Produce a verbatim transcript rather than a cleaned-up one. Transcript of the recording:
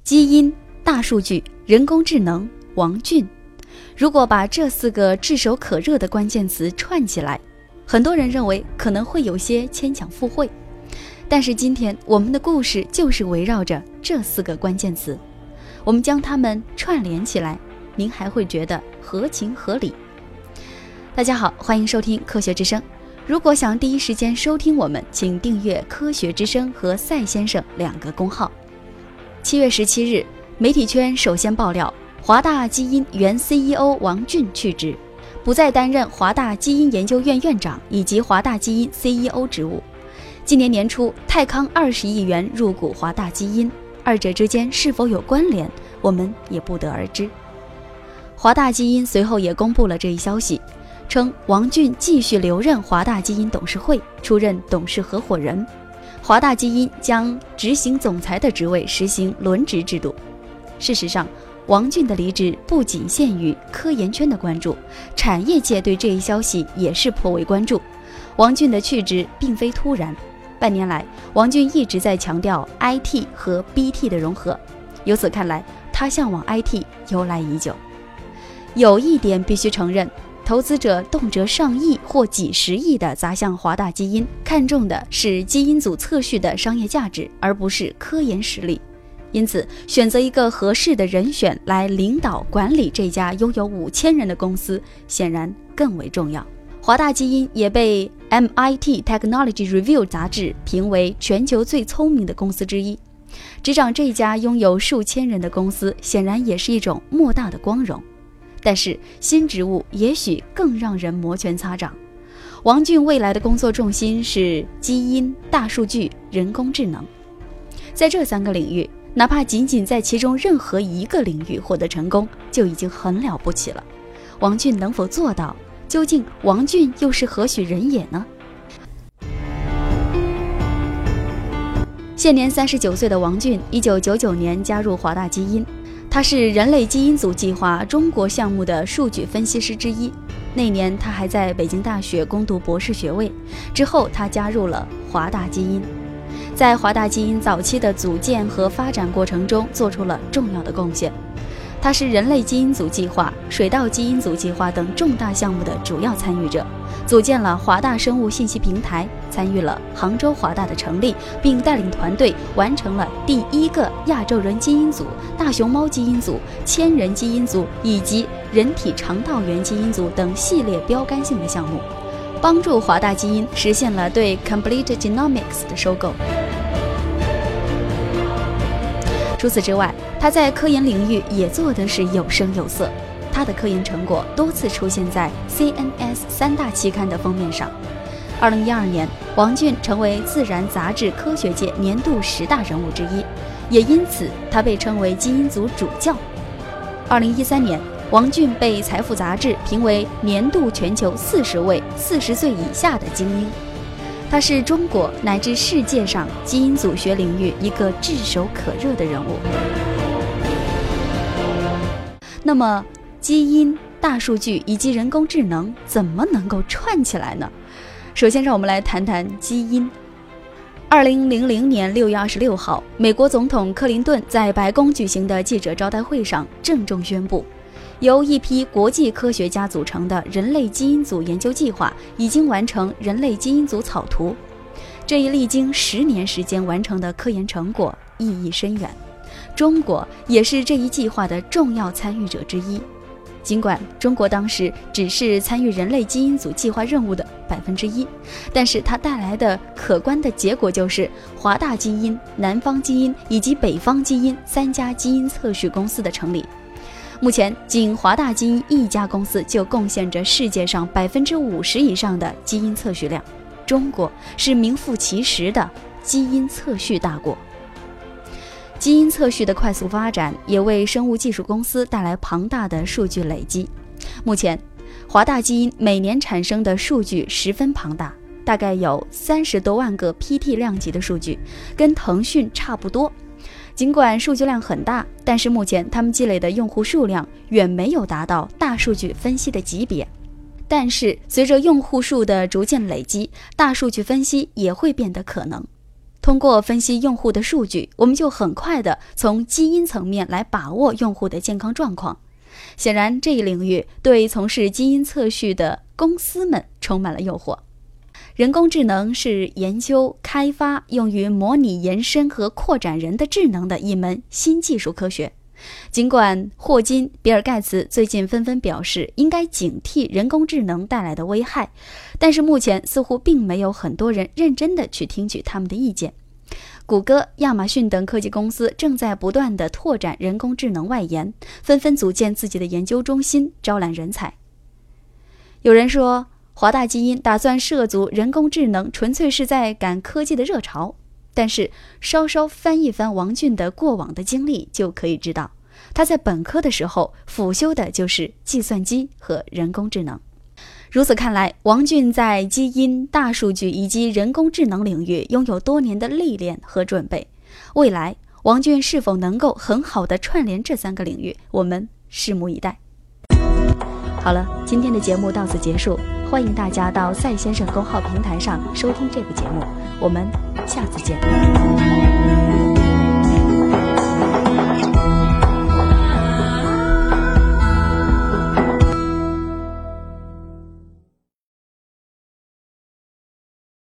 基因、大数据、人工智能、王俊。如果把这四个炙手可热的关键词串起来，很多人认为可能会有些牵强附会。但是今天我们的故事就是围绕着这四个关键词，我们将它们串联起来，您还会觉得合情合理。大家好，欢迎收听科学之声。如果想第一时间收听我们，请订阅科学之声和赛先生两个公号。七月十七日，媒体圈首先爆料，华大基因原 C E O 王俊去职，不再担任华大基因研究院院长以及华大基因 C E O 职务。今年年初，泰康二十亿元入股华大基因，二者之间是否有关联，我们也不得而知。华大基因随后也公布了这一消息，称王俊继续留任华大基因董事会，出任董事合伙人。华大基因将执行总裁的职位实行轮值制度。事实上，王俊的离职不仅限于科研圈的关注，产业界对这一消息也是颇为关注。王俊的去职并非突然，半年来，王俊一直在强调 I T 和 B T 的融合。由此看来，他向往 I T 由来已久。有一点必须承认，投资者动辄上亿或几十亿的砸向华大基因，看重的是基因组测序的商业价值，而不是科研实力。因此，选择一个合适的人选来领导管理这家拥有五千人的公司，显然更为重要。华大基因也被 M I T Technology Review 杂志评为全球最聪明的公司之一。执掌这家拥有数千人的公司，显然也是一种莫大的光荣。但是新职务也许更让人摩拳擦掌。王俊未来的工作重心是基因、大数据、人工智能。在这三个领域，哪怕仅仅在其中任何一个领域获得成功，就已经很了不起了。王俊能否做到？究竟王俊又是何许人也呢？现年三十九岁的王俊，一九九九年加入华大基因，他是人类基因组计划中国项目的数据分析师之一。那年他还在北京大学攻读博士学位，之后他加入了华大基因，在华大基因早期的组建和发展过程中做出了重要的贡献。他是人类基因组计划、水稻基因组计划等重大项目的主要参与者，组建了华大生物信息平台，参与了杭州华大的成立，并带领团队完成了第一个亚洲人基因组、大熊猫基因组、千人基因组以及人体肠道源基因组等系列标杆性的项目，帮助华大基因实现了对 Complete Genomics 的收购。除此之外，他在科研领域也做的是有声有色，他的科研成果多次出现在 C N S 三大期刊的封面上。二零一二年，王俊成为《自然》杂志科学界年度十大人物之一，也因此他被称为基因组主教。二零一三年，王俊被《财富》杂志评为年度全球四十位四十岁以下的精英。他是中国乃至世界上基因组学领域一个炙手可热的人物。那么，基因、大数据以及人工智能怎么能够串起来呢？首先，让我们来谈谈基因。二零零零年六月二十六号，美国总统克林顿在白宫举行的记者招待会上郑重宣布，由一批国际科学家组成的人类基因组研究计划已经完成人类基因组草图。这一历经十年时间完成的科研成果意义深远，中国也是这一计划的重要参与者之一。尽管中国当时只是参与人类基因组计划任务的百分之一，但是它带来的可观的结果就是华大基因、南方基因以及北方基因三家基因测序公司的成立。目前，仅华大基因一家公司就贡献着世界上百分之五十以上的基因测序量。中国是名副其实的基因测序大国。基因测序的快速发展也为生物技术公司带来庞大的数据累积。目前，华大基因每年产生的数据十分庞大，大概有三十多万个 P T 量级的数据，跟腾讯差不多。尽管数据量很大，但是目前他们积累的用户数量远没有达到大数据分析的级别。但是随着用户数的逐渐累积，大数据分析也会变得可能。 通过分析用户的数据，我们就很快的从基因层面来把握用户的健康状况。显然，这一领域对从事基因测序的公司们充满了诱惑。人工智能是研究、开发用于模拟延伸和扩展人的智能的一门新技术科学。尽管霍金、比尔盖茨最近纷纷表示应该警惕人工智能带来的危害，但是目前似乎并没有很多人认真的去听取他们的意见。谷歌、亚马逊等科技公司正在不断地拓展人工智能外延，纷纷组建自己的研究中心，招揽人才。有人说，华大基因打算涉足人工智能，纯粹是在赶科技的热潮。但是稍稍翻一翻王俊的过往的经历，就可以知道，他在本科的时候辅修的就是计算机和人工智能。如此看来，王俊在基因、大数据以及人工智能领域拥有多年的历练和准备。未来，王俊是否能够很好的串联这三个领域，我们拭目以待。好了，今天的节目到此结束，欢迎大家到赛先生公号平台上收听这个节目，我们下次见。